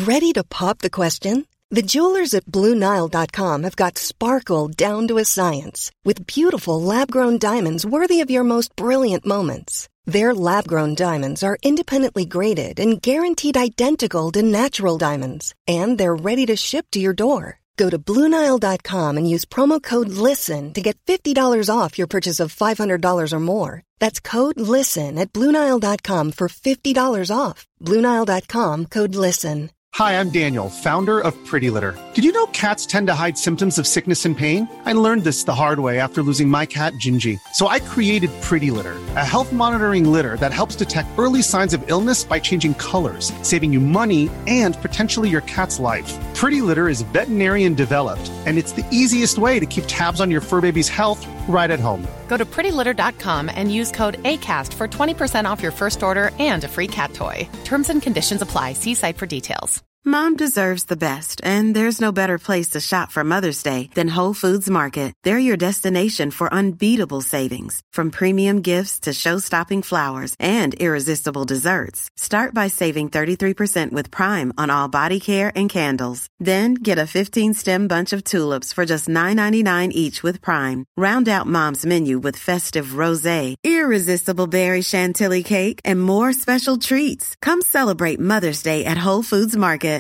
Ready to pop the question? The jewelers at BlueNile.com have got sparkle down to a science with beautiful lab-grown diamonds worthy of your most brilliant moments. Their lab-grown diamonds are independently graded and guaranteed identical to natural diamonds, and they're ready to ship to your door. Go to BlueNile.com and use promo code LISTEN to get $50 off your purchase of $500 or more. That's code LISTEN at BlueNile.com for $50 off. BlueNile.com, code LISTEN. Hi, I'm Daniel, founder of Pretty Litter. Did you know cats tend to hide symptoms of sickness and pain? I learned this the hard way after losing my cat, Gingy. So I created Pretty Litter, a health monitoring litter that helps detect early signs of illness by changing colors, saving you money and potentially your cat's life. Pretty Litter is veterinarian developed, and it's the easiest way to keep tabs on your fur baby's health right at home. Go to prettylitter.com and use code ACAST for 20% off your first order and a free cat toy. Terms and conditions apply. See site for details. Mom deserves the best, and there's no better place to shop for Mother's Day than Whole Foods Market. They're your destination for unbeatable savings, from premium gifts to show-stopping flowers and irresistible desserts. Start by saving 33% with Prime on all body care and candles. Then get a 15-stem bunch of tulips for just $9.99 each with Prime. Round out Mom's menu with festive rosé, irresistible berry chantilly cake, and more special treats. Come celebrate Mother's Day at Whole Foods Market.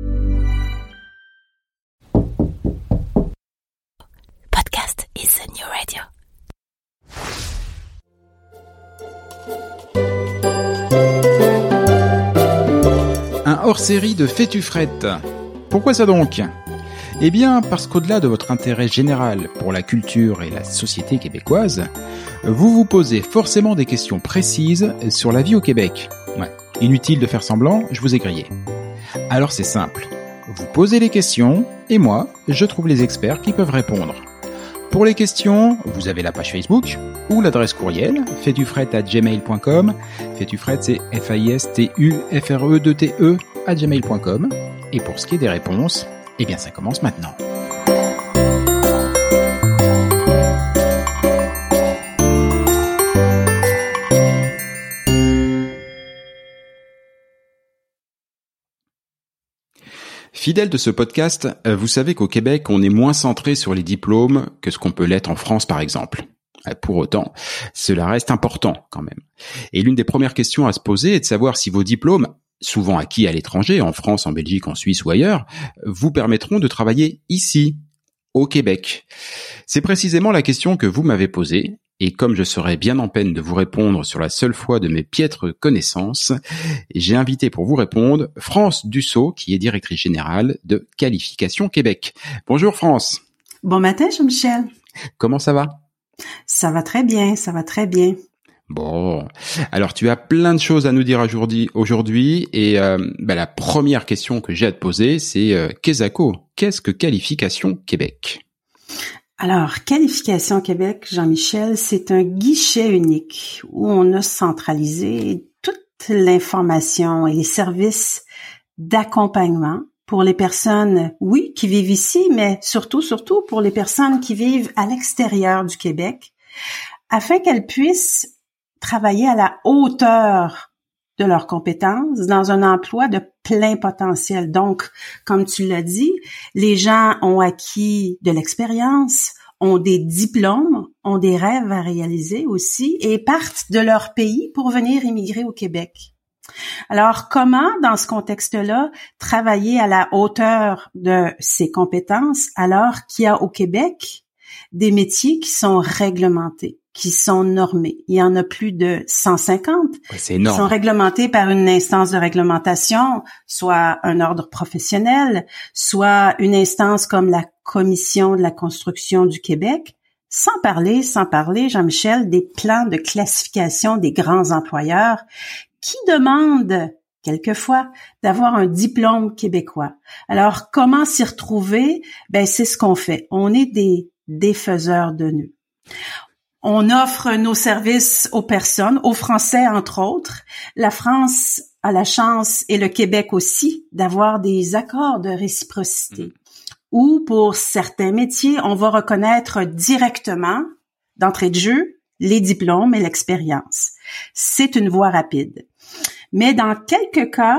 Podcast is the new radio. Un hors-série de Fétufrette. Pourquoi ça donc ? Eh bien, parce qu'au-delà de votre intérêt général pour la culture et la société québécoise, vous vous posez forcément des questions précises sur la vie au Québec. Ouais. Inutile de faire semblant, je vous ai grillé. Alors c'est simple. Vous posez les questions, et moi, je trouve les experts qui peuvent répondre. Pour les questions, vous avez la page Facebook ou l'adresse courriel fétufrette@gmail.com. Fétufrette, c'est FAISTUFRE2TE @gmail.com. Et pour ce qui est des réponses, eh bien ça commence maintenant. Fidèle de ce podcast, vous savez qu'au Québec, on est moins centré sur les diplômes que ce qu'on peut l'être en France, par exemple. Pour autant, cela reste important quand même. Et l'une des premières questions à se poser est de savoir si vos diplômes, souvent acquis à l'étranger, en France, en Belgique, en Suisse ou ailleurs, vous permettront de travailler ici, au Québec. C'est précisément la question que vous m'avez posée. Et comme je serais bien en peine de vous répondre sur la seule foi de mes piètres connaissances, j'ai invité pour vous répondre France Dussault, qui est directrice générale de Qualification Québec. Bonjour France. Bon matin, Jean-Michel. Comment ça va ? Ça va très bien, ça va très bien. Bon, alors tu as plein de choses à nous dire aujourd'hui et la première question que j'ai à te poser, c'est qu'est-ce que Qualification Québec ? Alors, Qualification Québec, Jean-Michel, c'est un guichet unique où on a centralisé toute l'information et les services d'accompagnement pour les personnes, oui, qui vivent ici, mais surtout pour les personnes qui vivent à l'extérieur du Québec, afin qu'elles puissent travailler à la hauteur de leurs compétences dans un emploi de plein potentiel. Donc, comme tu l'as dit, les gens ont acquis de l'expérience, ont des diplômes, ont des rêves à réaliser aussi et partent de leur pays pour venir immigrer au Québec. Alors, comment, dans ce contexte-là, travailler à la hauteur de ces compétences alors qu'il y a au Québec des métiers qui sont réglementés, qui sont normés? Il y en a plus de 150 c'est énorme. Qui sont réglementés par une instance de réglementation, soit un ordre professionnel, soit une instance comme la Commission de la construction du Québec, sans parler, Jean-Michel, des plans de classification des grands employeurs qui demandent quelquefois d'avoir un diplôme québécois. Alors, comment s'y retrouver? C'est ce qu'on fait. On est des défaiseurs de nœuds. On offre nos services aux personnes, aux Français entre autres. La France a la chance, et le Québec aussi, d'avoir des accords de réciprocité où, pour certains métiers, on va reconnaître directement, d'entrée de jeu, les diplômes et l'expérience. C'est une voie rapide. Mais dans quelques cas,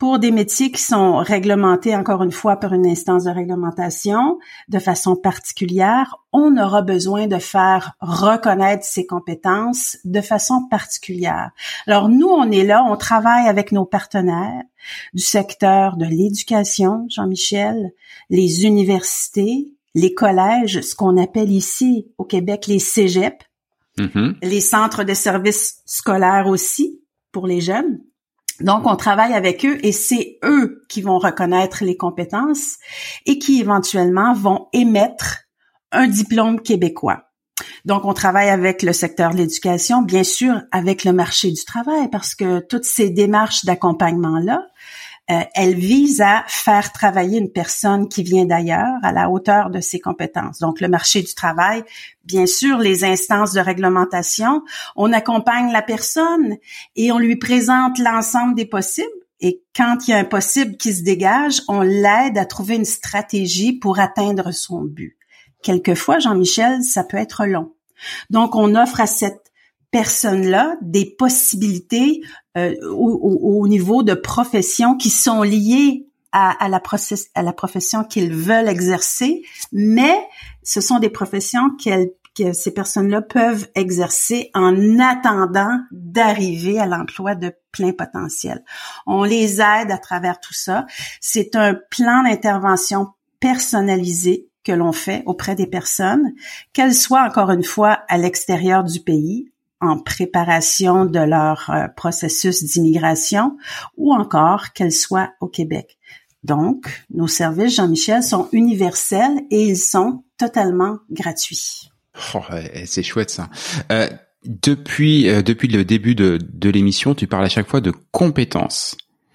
pour des métiers qui sont réglementés, encore une fois, par une instance de réglementation, de façon particulière, on aura besoin de faire reconnaître ses compétences de façon particulière. Alors, nous, on est là, on travaille avec nos partenaires du secteur de l'éducation, Jean-Michel, les universités, les collèges, ce qu'on appelle ici, au Québec, les cégeps, les centres de services scolaires aussi, pour les jeunes. Donc, on travaille avec eux et c'est eux qui vont reconnaître les compétences et qui éventuellement vont émettre un diplôme québécois. Donc, on travaille avec le secteur de l'éducation, bien sûr, avec le marché du travail, parce que toutes ces démarches d'accompagnement-là, elles visent à faire travailler une personne qui vient d'ailleurs à la hauteur de ses compétences. Donc, le marché du travail, bien sûr, les instances de réglementation, on accompagne la personne et on lui présente l'ensemble des possibles. Et quand il y a un possible qui se dégage, on l'aide à trouver une stratégie pour atteindre son but. Quelquefois, Jean-Michel, ça peut être long. Donc, on offre à cette personnes-là des possibilités au niveau de professions qui sont liées à la profession qu'ils veulent exercer, mais ce sont des professions que ces personnes-là peuvent exercer en attendant d'arriver à l'emploi de plein potentiel. On les aide à travers tout ça. C'est un plan d'intervention personnalisé que l'on fait auprès des personnes, qu'elles soient encore une fois à l'extérieur du pays, en préparation de leur processus d'immigration ou encore qu'elles soient au Québec. Donc, nos services, Jean-Michel, sont universels et ils sont totalement gratuits. Oh, c'est chouette ça. Depuis le début de l'émission, tu parles à chaque fois de compétences.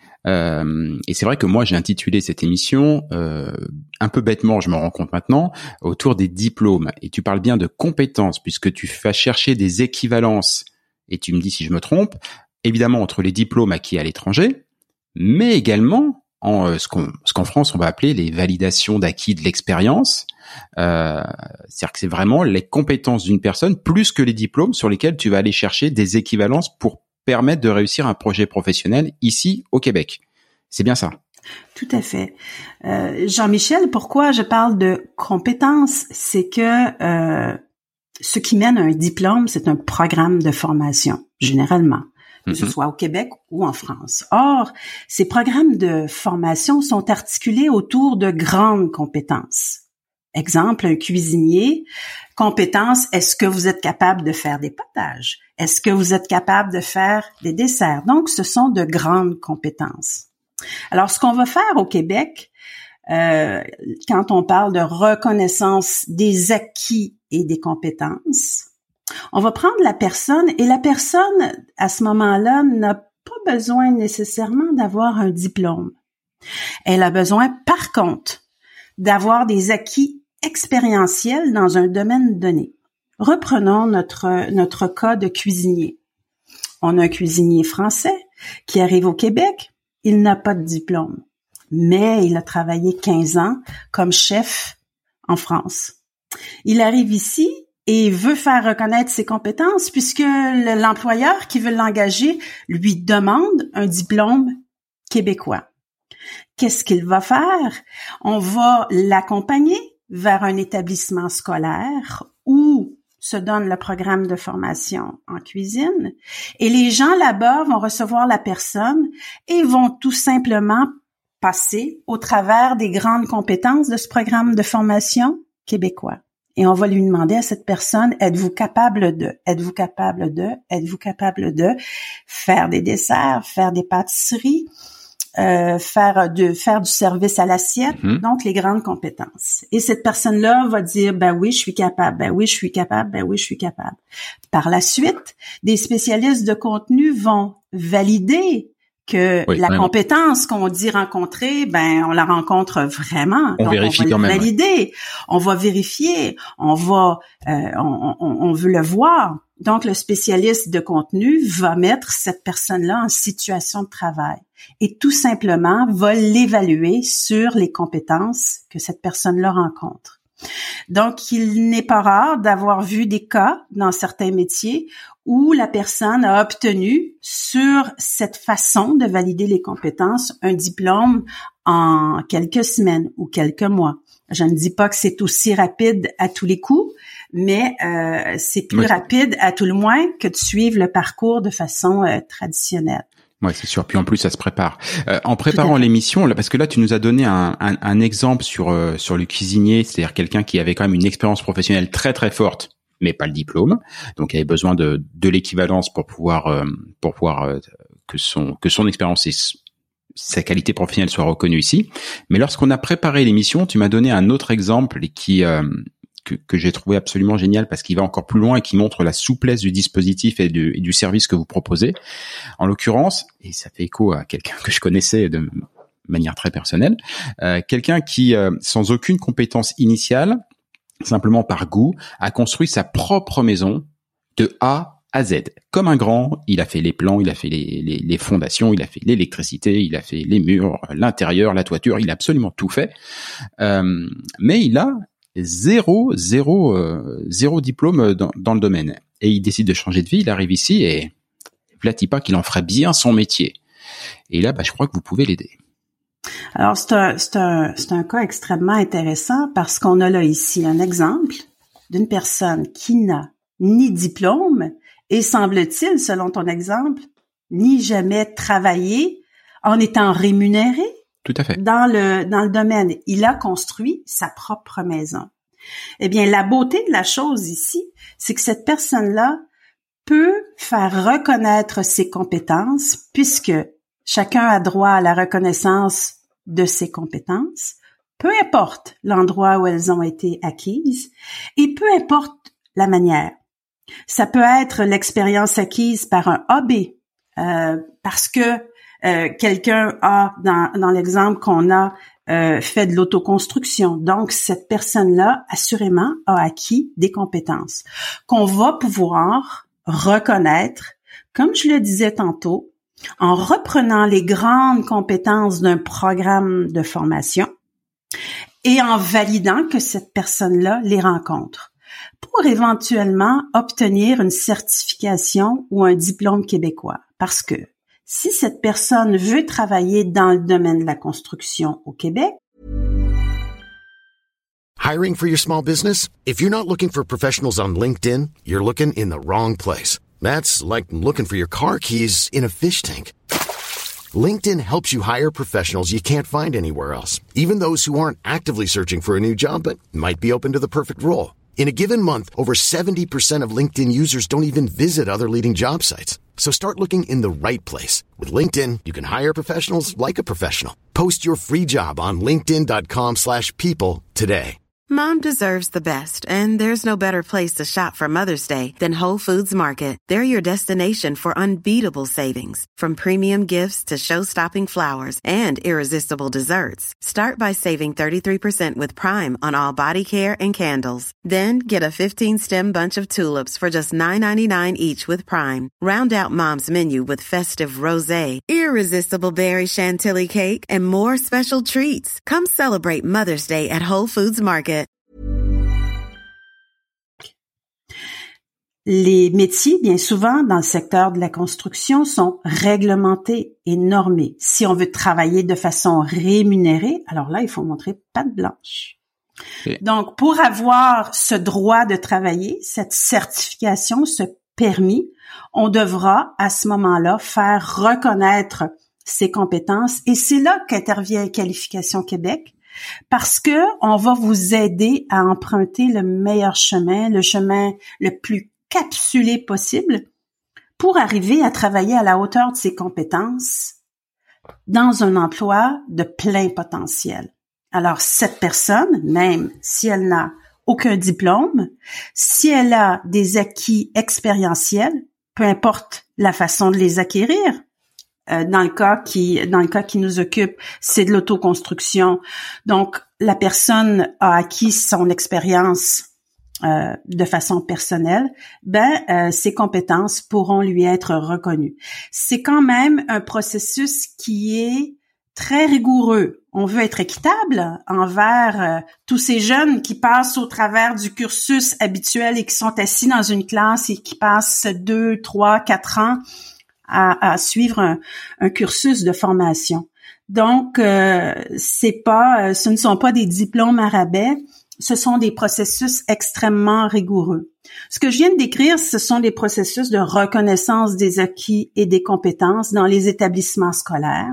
Et c'est vrai que moi, j'ai intitulé cette émission, un peu bêtement, je me rends compte maintenant, autour des diplômes. Et tu parles bien de compétences, puisque tu vas chercher des équivalences, et tu me dis si je me trompe, évidemment entre les diplômes acquis à l'étranger, mais également en ce qu'en France, on va appeler les validations d'acquis de l'expérience. C'est-à-dire que c'est vraiment les compétences d'une personne, plus que les diplômes, sur lesquels tu vas aller chercher des équivalences pour permettre de réussir un projet professionnel ici au Québec. C'est bien ça? Tout à fait. Jean-Michel, pourquoi je parle de compétences? C'est que ce qui mène à un diplôme, c'est un programme de formation, généralement, que ce soit au Québec ou en France. Or, ces programmes de formation sont articulés autour de grandes compétences. Exemple, un cuisinier, compétence, est-ce que vous êtes capable de faire des potages? Est-ce que vous êtes capable de faire des desserts? Donc, ce sont de grandes compétences. Alors, ce qu'on va faire au Québec, quand on parle de reconnaissance des acquis et des compétences, on va prendre la personne et la personne, à ce moment-là, n'a pas besoin nécessairement d'avoir un diplôme. Elle a besoin, par contre, d'avoir des acquis expérientiels dans un domaine donné. Reprenons notre cas de cuisinier. On a un cuisinier français qui arrive au Québec. Il n'a pas de diplôme, mais il a travaillé 15 ans comme chef en France. Il arrive ici et veut faire reconnaître ses compétences puisque l'employeur qui veut l'engager lui demande un diplôme québécois. Qu'est-ce qu'il va faire? On va l'accompagner vers un établissement scolaire où se donne le programme de formation en cuisine et les gens là-bas vont recevoir la personne et vont tout simplement passer au travers des grandes compétences de ce programme de formation québécois. Et on va lui demander à cette personne, êtes-vous capable de faire des desserts, faire des pâtisseries, faire du service à l'assiette, donc les grandes compétences. Et cette personne-là va dire, ben oui, je suis capable, ben oui, je suis capable, ben oui, je suis capable. Par la suite, des spécialistes de contenu vont valider que la compétence qu'on dit rencontrer, ben on la rencontre vraiment. On vérifie on va quand même. Valider, on va vérifier, on veut le voir. Donc le spécialiste de contenu va mettre cette personne-là en situation de travail et tout simplement va l'évaluer sur les compétences que cette personne-là rencontre. Donc, il n'est pas rare d'avoir vu des cas dans certains métiers où la personne a obtenu, sur cette façon de valider les compétences, un diplôme en quelques semaines ou quelques mois. Je ne dis pas que c'est aussi rapide à tous les coups, mais c'est plus rapide à tout le moins que de suivre le parcours de façon traditionnelle. Ouais, c'est sûr. Puis en plus, ça se prépare. En préparant l'émission, là, parce que là, tu nous as donné un exemple sur le cuisinier, c'est-à-dire quelqu'un qui avait quand même une expérience professionnelle très très forte, mais pas le diplôme. Donc, il avait besoin de l'équivalence pour pouvoir que son expérience et sa qualité professionnelle soient reconnues ici. Mais lorsqu'on a préparé l'émission, tu m'as donné un autre exemple qui que j'ai trouvé absolument génial parce qu'il va encore plus loin et qui montre la souplesse du dispositif et du service que vous proposez. En l'occurrence, et ça fait écho à quelqu'un que je connaissais de manière très personnelle, quelqu'un qui, sans aucune compétence initiale, simplement par goût, a construit sa propre maison de A à Z. Comme un grand, il a fait les plans, il a fait les fondations, il a fait l'électricité, il a fait les murs, l'intérieur, la toiture, il a absolument tout fait. Mais il a zéro diplôme dans le domaine. Et il décide de changer de vie, il arrive ici et vlati pas qu'il en ferait bien son métier. Et là, je crois que vous pouvez l'aider. Alors, c'est un cas extrêmement intéressant parce qu'on a là ici un exemple d'une personne qui n'a ni diplôme et, semble-t-il, selon ton exemple, ni jamais travaillé en étant rémunéré. Tout à fait. Dans le domaine. Il a construit sa propre maison. Eh bien, la beauté de la chose ici, c'est que cette personne-là peut faire reconnaître ses compétences puisque chacun a droit à la reconnaissance de ses compétences, peu importe l'endroit où elles ont été acquises et peu importe la manière. Ça peut être l'expérience acquise par un hobby, parce que quelqu'un a, dans l'exemple qu'on a, fait de l'autoconstruction. Donc, cette personne-là, assurément, a acquis des compétences qu'on va pouvoir reconnaître, comme je le disais tantôt, en reprenant les grandes compétences d'un programme de formation et en validant que cette personne-là les rencontre pour éventuellement obtenir une certification ou un diplôme québécois. Parce que si cette personne veut travailler dans le domaine de la construction au Québec. Hiring for your small business? If you're not looking for professionals on LinkedIn, you're looking in the wrong place. That's like looking for your car keys in a fish tank. LinkedIn helps you hire professionals you can't find anywhere else, even those who aren't actively searching for a new job but might be open to the perfect role. In a given month, over 70% of LinkedIn users don't even visit other leading job sites. So start looking in the right place. With LinkedIn, you can hire professionals like a professional. Post your free job on linkedin.com/people today. Mom deserves the best, and there's no better place to shop for Mother's Day than Whole Foods Market. They're your destination for unbeatable savings, from premium gifts to show-stopping flowers and irresistible desserts. Start by saving 33% with Prime on all body care and candles. Then get a 15-stem bunch of tulips for just $9.99 each with Prime. Round out Mom's menu with festive rosé, irresistible berry chantilly cake, and more special treats. Come celebrate Mother's Day at Whole Foods Market. Les métiers, bien souvent, dans le secteur de la construction, sont réglementés et normés. Si on veut travailler de façon rémunérée, alors là, il faut montrer patte blanche. Okay. Donc, pour avoir ce droit de travailler, cette certification, ce permis, on devra, à ce moment-là, faire reconnaître ses compétences. Et c'est là qu'intervient Qualification Québec, parce que on va vous aider à emprunter le meilleur chemin, le chemin le plus capsulé possible pour arriver à travailler à la hauteur de ses compétences dans un emploi de plein potentiel. Alors, cette personne, même si elle n'a aucun diplôme, si elle a des acquis expérientiels, peu importe la façon de les acquérir, dans le cas qui nous occupe, c'est de l'autoconstruction. Donc, la personne a acquis son expérience de façon personnelle, ses compétences pourront lui être reconnues. C'est quand même un processus qui est très rigoureux. On veut être équitable envers tous ces jeunes qui passent au travers du cursus habituel et qui sont assis dans une classe et qui passent 2, 3, 4 ans à suivre un cursus de formation. Donc, ce ne sont pas des diplômes à rabais, ce sont des processus extrêmement rigoureux. Ce que je viens de décrire, ce sont des processus de reconnaissance des acquis et des compétences dans les établissements scolaires.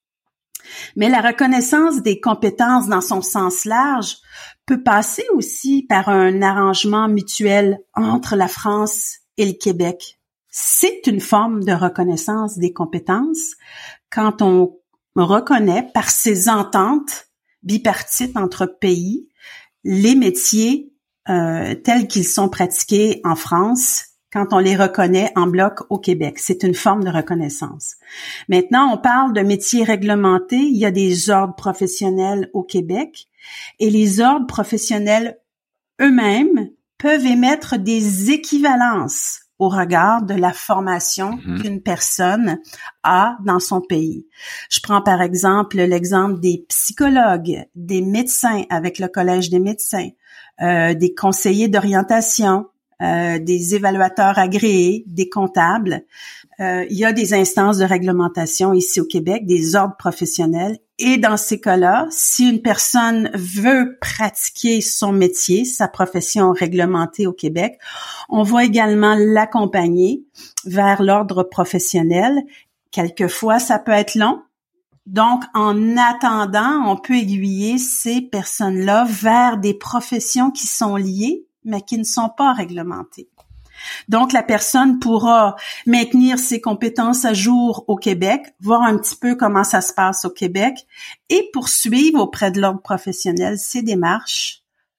Mais la reconnaissance des compétences dans son sens large peut passer aussi par un arrangement mutuel entre la France et le Québec. C'est une forme de reconnaissance des compétences quand on reconnaît par ces ententes bipartites entre pays les métiers tels qu'ils sont pratiqués en France quand on les reconnaît en bloc au Québec. C'est une forme de reconnaissance. Maintenant, on parle de métiers réglementés. Il y a des ordres professionnels au Québec et les ordres professionnels eux-mêmes peuvent émettre des équivalences au regard de la formation qu'une personne a dans son pays. Je prends par exemple l'exemple des psychologues, des médecins avec le Collège des médecins, des conseillers d'orientation, des évaluateurs agréés, des comptables. Il y a des instances de réglementation ici au Québec, des ordres professionnels. Et dans ces cas-là, si une personne veut pratiquer son métier, sa profession réglementée au Québec, on va également l'accompagner vers l'ordre professionnel. Quelquefois, ça peut être long. Donc, en attendant, on peut aiguiller ces personnes-là vers des professions qui sont liées, mais qui ne sont pas réglementées. Donc, la personne pourra maintenir ses compétences à jour au Québec, voir un petit peu comment ça se passe au Québec et poursuivre auprès de l'ordre professionnel ses démarches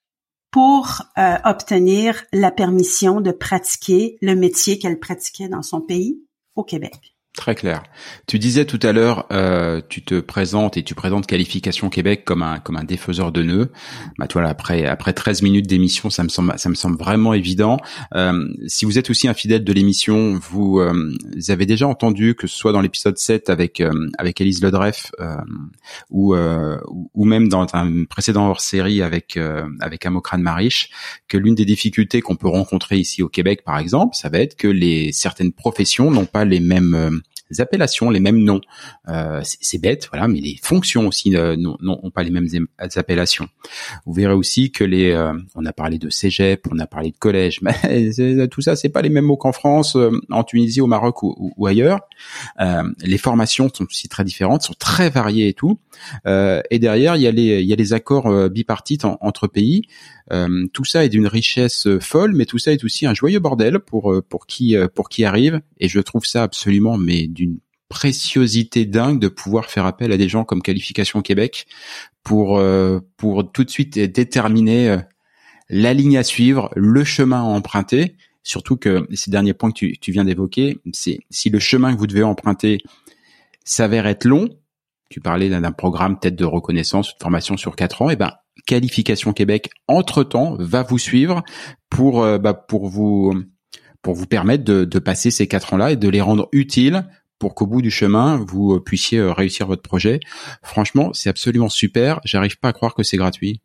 pour obtenir la permission de pratiquer le métier qu'elle pratiquait dans son pays au Québec. Très clair. Tu disais tout à l'heure, tu te présentes et tu présentes Qualification Québec comme un défaiseur de nœuds. Bah, toi, là, après 13 minutes d'émission, ça me semble vraiment évident. Si vous êtes aussi un fidèle de l'émission, vous avez déjà entendu, que ce soit dans l'épisode 7 avec Élise Ledreff, ou même dans un précédent hors-série avec Amokrane Mariche, que l'une des difficultés qu'on peut rencontrer ici au Québec, par exemple, ça va être que certaines professions n'ont pas les mêmes appellations, les mêmes noms. C'est bête, voilà, mais les fonctions aussi n'ont pas les mêmes appellations. Vous verrez aussi que on a parlé de cégep, on a parlé de collège, mais tout ça, c'est pas les mêmes mots qu'en France, en Tunisie, au Maroc ou ailleurs. Les formations sont aussi très différentes, sont très variées et tout. Et derrière, il y a les accords bipartites entre pays. Tout ça est d'une richesse folle, mais tout ça est aussi un joyeux bordel pour qui arrive. Et je trouve ça absolument, mais d'une préciosité dingue de pouvoir faire appel à des gens comme Qualification Québec pour tout de suite déterminer la ligne à suivre, le chemin à emprunter. Surtout que ces derniers points que tu viens d'évoquer, c'est si le chemin que vous devez emprunter s'avère être long. Tu parlais d'un programme peut-être de reconnaissance, de formation sur 4 ans, et ben Qualification Québec entre-temps va vous suivre pour vous permettre de passer ces 4 ans-là et de les rendre utiles pour qu'au bout du chemin vous puissiez réussir votre projet. Franchement, c'est absolument super. J'arrive pas à croire que c'est gratuit.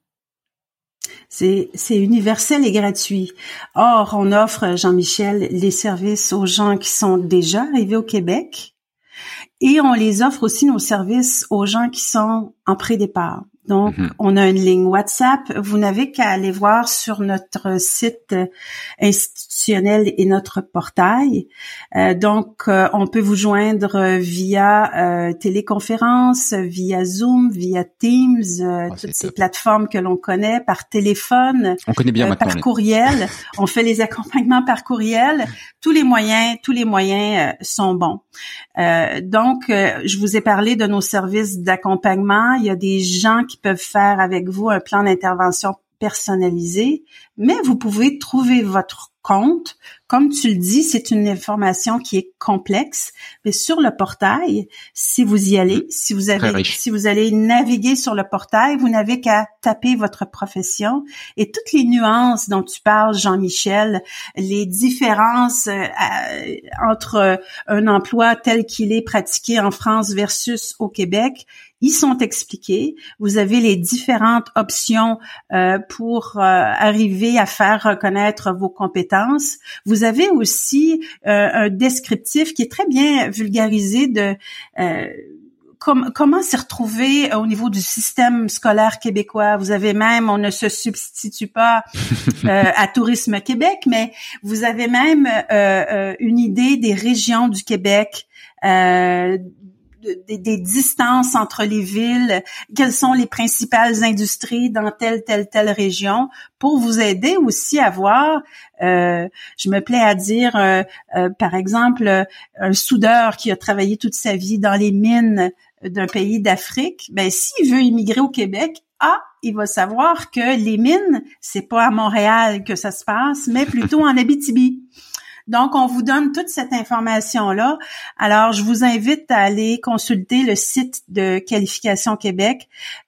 C'est universel et gratuit. Or, on offre, Jean-Michel, les services aux gens qui sont déjà arrivés au Québec et on les offre aussi nos services aux gens qui sont en pré-départ. Donc, on a une ligne WhatsApp. Vous n'avez qu'à aller voir sur notre site institutionnel et notre portail. Donc, on peut vous joindre via téléconférence, via Zoom, via Teams, toutes ces plateformes que l'on connaît, par téléphone, on connaît bien maintenant, par courriel. On fait les accompagnements par courriel. Tous les moyens sont bons. Donc, je vous ai parlé de nos services d'accompagnement. Il y a des gens qui peuvent faire avec vous un plan d'intervention personnalisé, mais vous pouvez trouver votre compte. Comme tu le dis, c'est une information qui est complexe, mais sur le portail, si vous y allez, si vous allez naviguer sur le portail, vous n'avez qu'à taper votre profession et toutes les nuances dont tu parles, Jean-Michel, les différences entre un emploi tel qu'il est pratiqué en France versus au Québec, Ils sont expliqués. Vous avez les différentes options pour arriver à faire reconnaître vos compétences. Vous avez aussi un descriptif qui est très bien vulgarisé de comment s'y retrouver au niveau du système scolaire québécois. Vous avez même, on ne se substitue pas à Tourisme Québec, mais vous avez même une idée des régions du Québec, des distances entre les villes, quelles sont les principales industries dans telle région, pour vous aider aussi à voir, je me plais à dire, par exemple, un soudeur qui a travaillé toute sa vie dans les mines d'un pays d'Afrique, ben s'il veut immigrer au Québec, il va savoir que les mines, c'est pas à Montréal que ça se passe, mais plutôt en Abitibi. Donc, on vous donne toute cette information-là. Alors, je vous invite à aller consulter le site de Qualification Québec.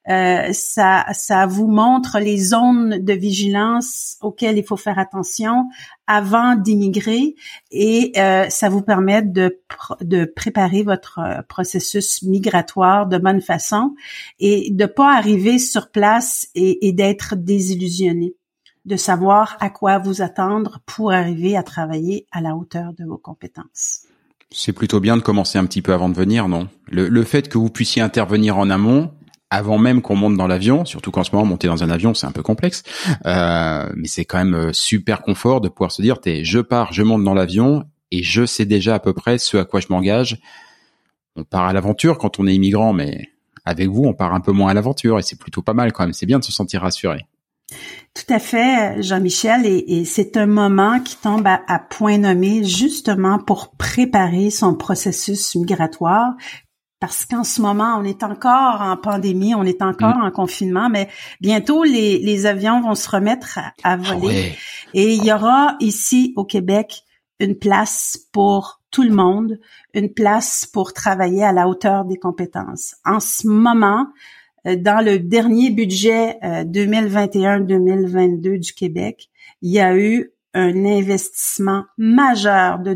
Ça vous montre les zones de vigilance auxquelles il faut faire attention avant d'immigrer et ça vous permet de préparer votre processus migratoire de bonne façon et de pas arriver sur place et d'être désillusionné, de savoir à quoi vous attendre pour arriver à travailler à la hauteur de vos compétences. C'est plutôt bien de commencer un petit peu avant de venir, non? Le fait que vous puissiez intervenir en amont, avant même qu'on monte dans l'avion, surtout qu'en ce moment, monter dans un avion, c'est un peu complexe, mais c'est quand même super confort de pouvoir se dire, je pars, je monte dans l'avion, et je sais déjà à peu près ce à quoi je m'engage. On part à l'aventure quand on est immigrant, mais avec vous, on part un peu moins à l'aventure, et c'est plutôt pas mal quand même. C'est bien de se sentir rassuré. Tout à fait, Jean-Michel, et c'est un moment qui tombe à point nommé justement pour préparer son processus migratoire, parce qu'en ce moment, on est encore en pandémie, on est encore en confinement, mais bientôt les avions vont se remettre à voler. Ouais. Et il y aura ici au Québec une place pour tout le monde, une place pour travailler à la hauteur des compétences. En ce moment, dans le dernier budget 2021-2022 du Québec, il y a eu un investissement majeur de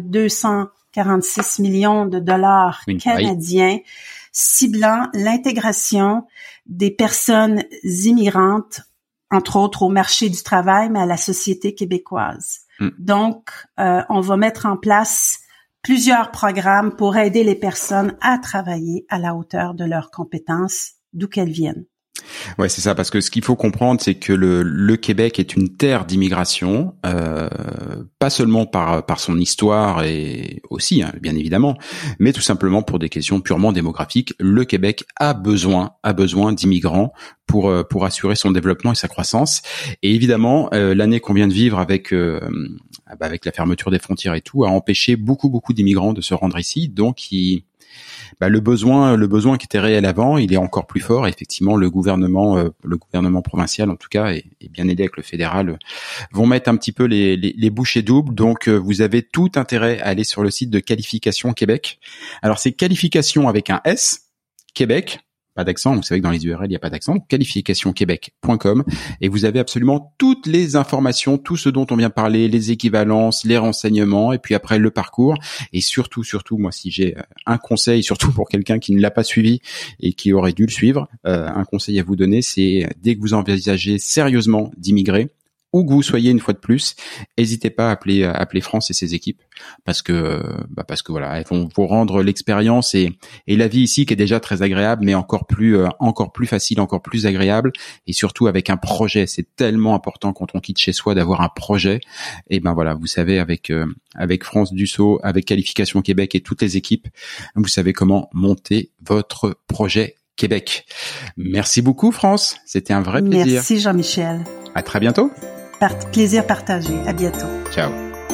246 millions de dollars canadiens ciblant l'intégration des personnes immigrantes, entre autres au marché du travail, mais à la société québécoise. Donc, on va mettre en place plusieurs programmes pour aider les personnes à travailler à la hauteur de leurs compétences, d'où qu'elles viennent. Ouais, c'est ça, parce que ce qu'il faut comprendre, c'est que le Québec est une terre d'immigration, pas seulement par son histoire et aussi, bien évidemment, mais tout simplement pour des questions purement démographiques. Le Québec a besoin d'immigrants pour assurer son développement et sa croissance. Et évidemment, l'année qu'on vient de vivre avec la fermeture des frontières et tout, a empêché beaucoup d'immigrants de se rendre ici. Donc, le besoin qui était réel avant, il est encore plus fort. Effectivement, le gouvernement provincial, en tout cas, et bien aidé avec le fédéral, vont mettre un petit peu les bouchées doubles. Donc, vous avez tout intérêt à aller sur le site de Qualification Québec. Alors, c'est Qualification avec un S, Québec. Pas d'accent, vous savez que dans les URL, il n'y a pas d'accent, qualificationquebec.com, et vous avez absolument toutes les informations, tout ce dont on vient parler, les équivalences, les renseignements, et puis après le parcours, et surtout, moi, si j'ai un conseil, surtout pour quelqu'un qui ne l'a pas suivi et qui aurait dû le suivre, un conseil à vous donner, c'est dès que vous envisagez sérieusement d'immigrer, où que vous soyez une fois de plus, n'hésitez pas à appeler France et ses équipes parce que voilà, elles vont vous rendre l'expérience et la vie ici qui est déjà très agréable, mais encore plus facile, encore plus agréable et surtout avec un projet. C'est tellement important quand on quitte chez soi d'avoir un projet. Et ben voilà, vous savez avec France Dussault, avec Qualification Québec et toutes les équipes, vous savez comment monter votre projet Québec. Merci beaucoup France, c'était un vrai plaisir. Merci Jean-Michel. À très bientôt. Plaisir partagé. À bientôt. Ciao.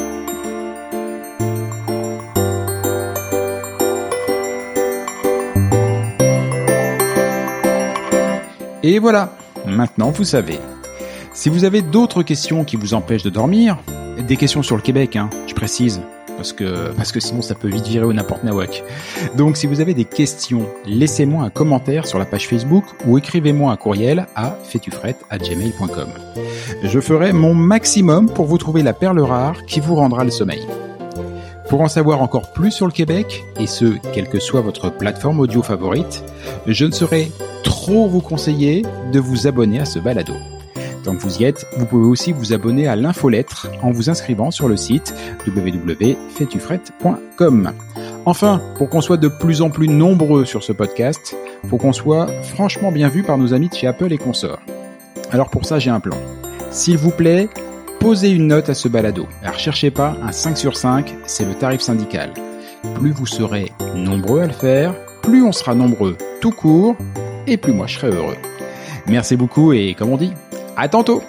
Et voilà, maintenant vous savez. Si vous avez d'autres questions qui vous empêchent de dormir, des questions sur le Québec, je précise, parce que sinon ça peut vite virer au n'importe nawak. Donc si vous avez des questions, laissez-moi un commentaire sur la page Facebook ou écrivez-moi un courriel à fetufrette@gmail.com. Je ferai mon maximum pour vous trouver la perle rare qui vous rendra le sommeil. Pour en savoir encore plus sur le Québec, et ce, quelle que soit votre plateforme audio favorite, je ne saurais trop vous conseiller de vous abonner à ce balado. Donc vous y êtes, vous pouvez aussi vous abonner à l'infolettre en vous inscrivant sur le site www.faitufrette.com. Enfin, pour qu'on soit de plus en plus nombreux sur ce podcast, faut qu'on soit franchement bien vu par nos amis de chez Apple et consorts. Alors pour ça, j'ai un plan. S'il vous plaît, posez une note à ce balado. Alors cherchez pas un 5 sur 5, c'est le tarif syndical. Plus vous serez nombreux à le faire, plus on sera nombreux tout court, et plus moi je serai heureux. Merci beaucoup et comme on dit, à tantôt!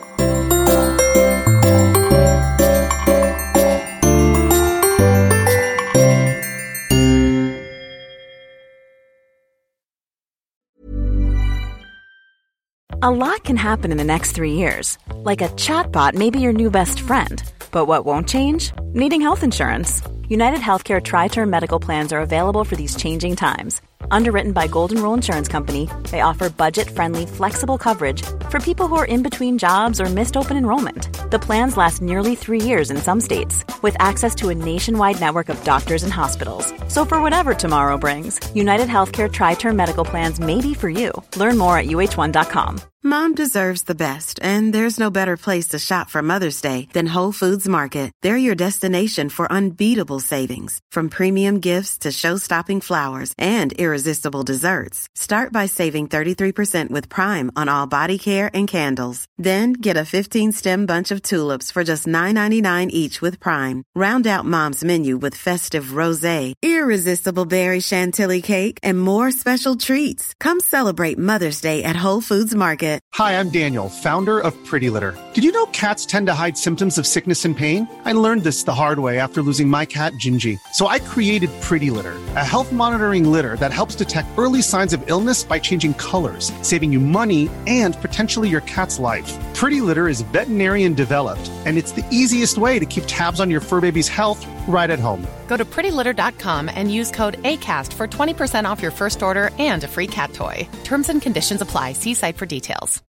A lot can happen in the next 3 years. Like a chatbot may be your new best friend. But what won't change? Needing health insurance. United Healthcare Tri-Term Medical Plans are available for these changing times. Underwritten by Golden Rule Insurance Company, they offer budget-friendly, flexible coverage for people who are in between jobs or missed open enrollment. The plans last nearly 3 years in some states, with access to a nationwide network of doctors and hospitals. So for whatever tomorrow brings, United Healthcare Tri-Term Medical Plans may be for you. Learn more at uh1.com. Mom deserves the best, and there's no better place to shop for Mother's Day than Whole Foods Market. They're your destination for unbeatable savings, from premium gifts to show-stopping flowers and irresistible desserts. Start by saving 33% with Prime on all body care and candles. Then get a 15-stem bunch of tulips for just $9.99 each with Prime. Round out Mom's menu with festive rosé, irresistible berry chantilly cake, and more special treats. Come celebrate Mother's Day at Whole Foods Market. Hi, I'm Daniel, founder of Pretty Litter. Did you know cats tend to hide symptoms of sickness and pain? I learned this the hard way after losing my cat, Gingy. So I created Pretty Litter, a health monitoring litter that helps detect early signs of illness by changing colors, saving you money and potentially your cat's life. Pretty Litter is veterinarian developed, and it's the easiest way to keep tabs on your fur baby's health right at home. Go to prettylitter.com and use code ACAST for 20% off your first order and a free cat toy. Terms and conditions apply. See site for details.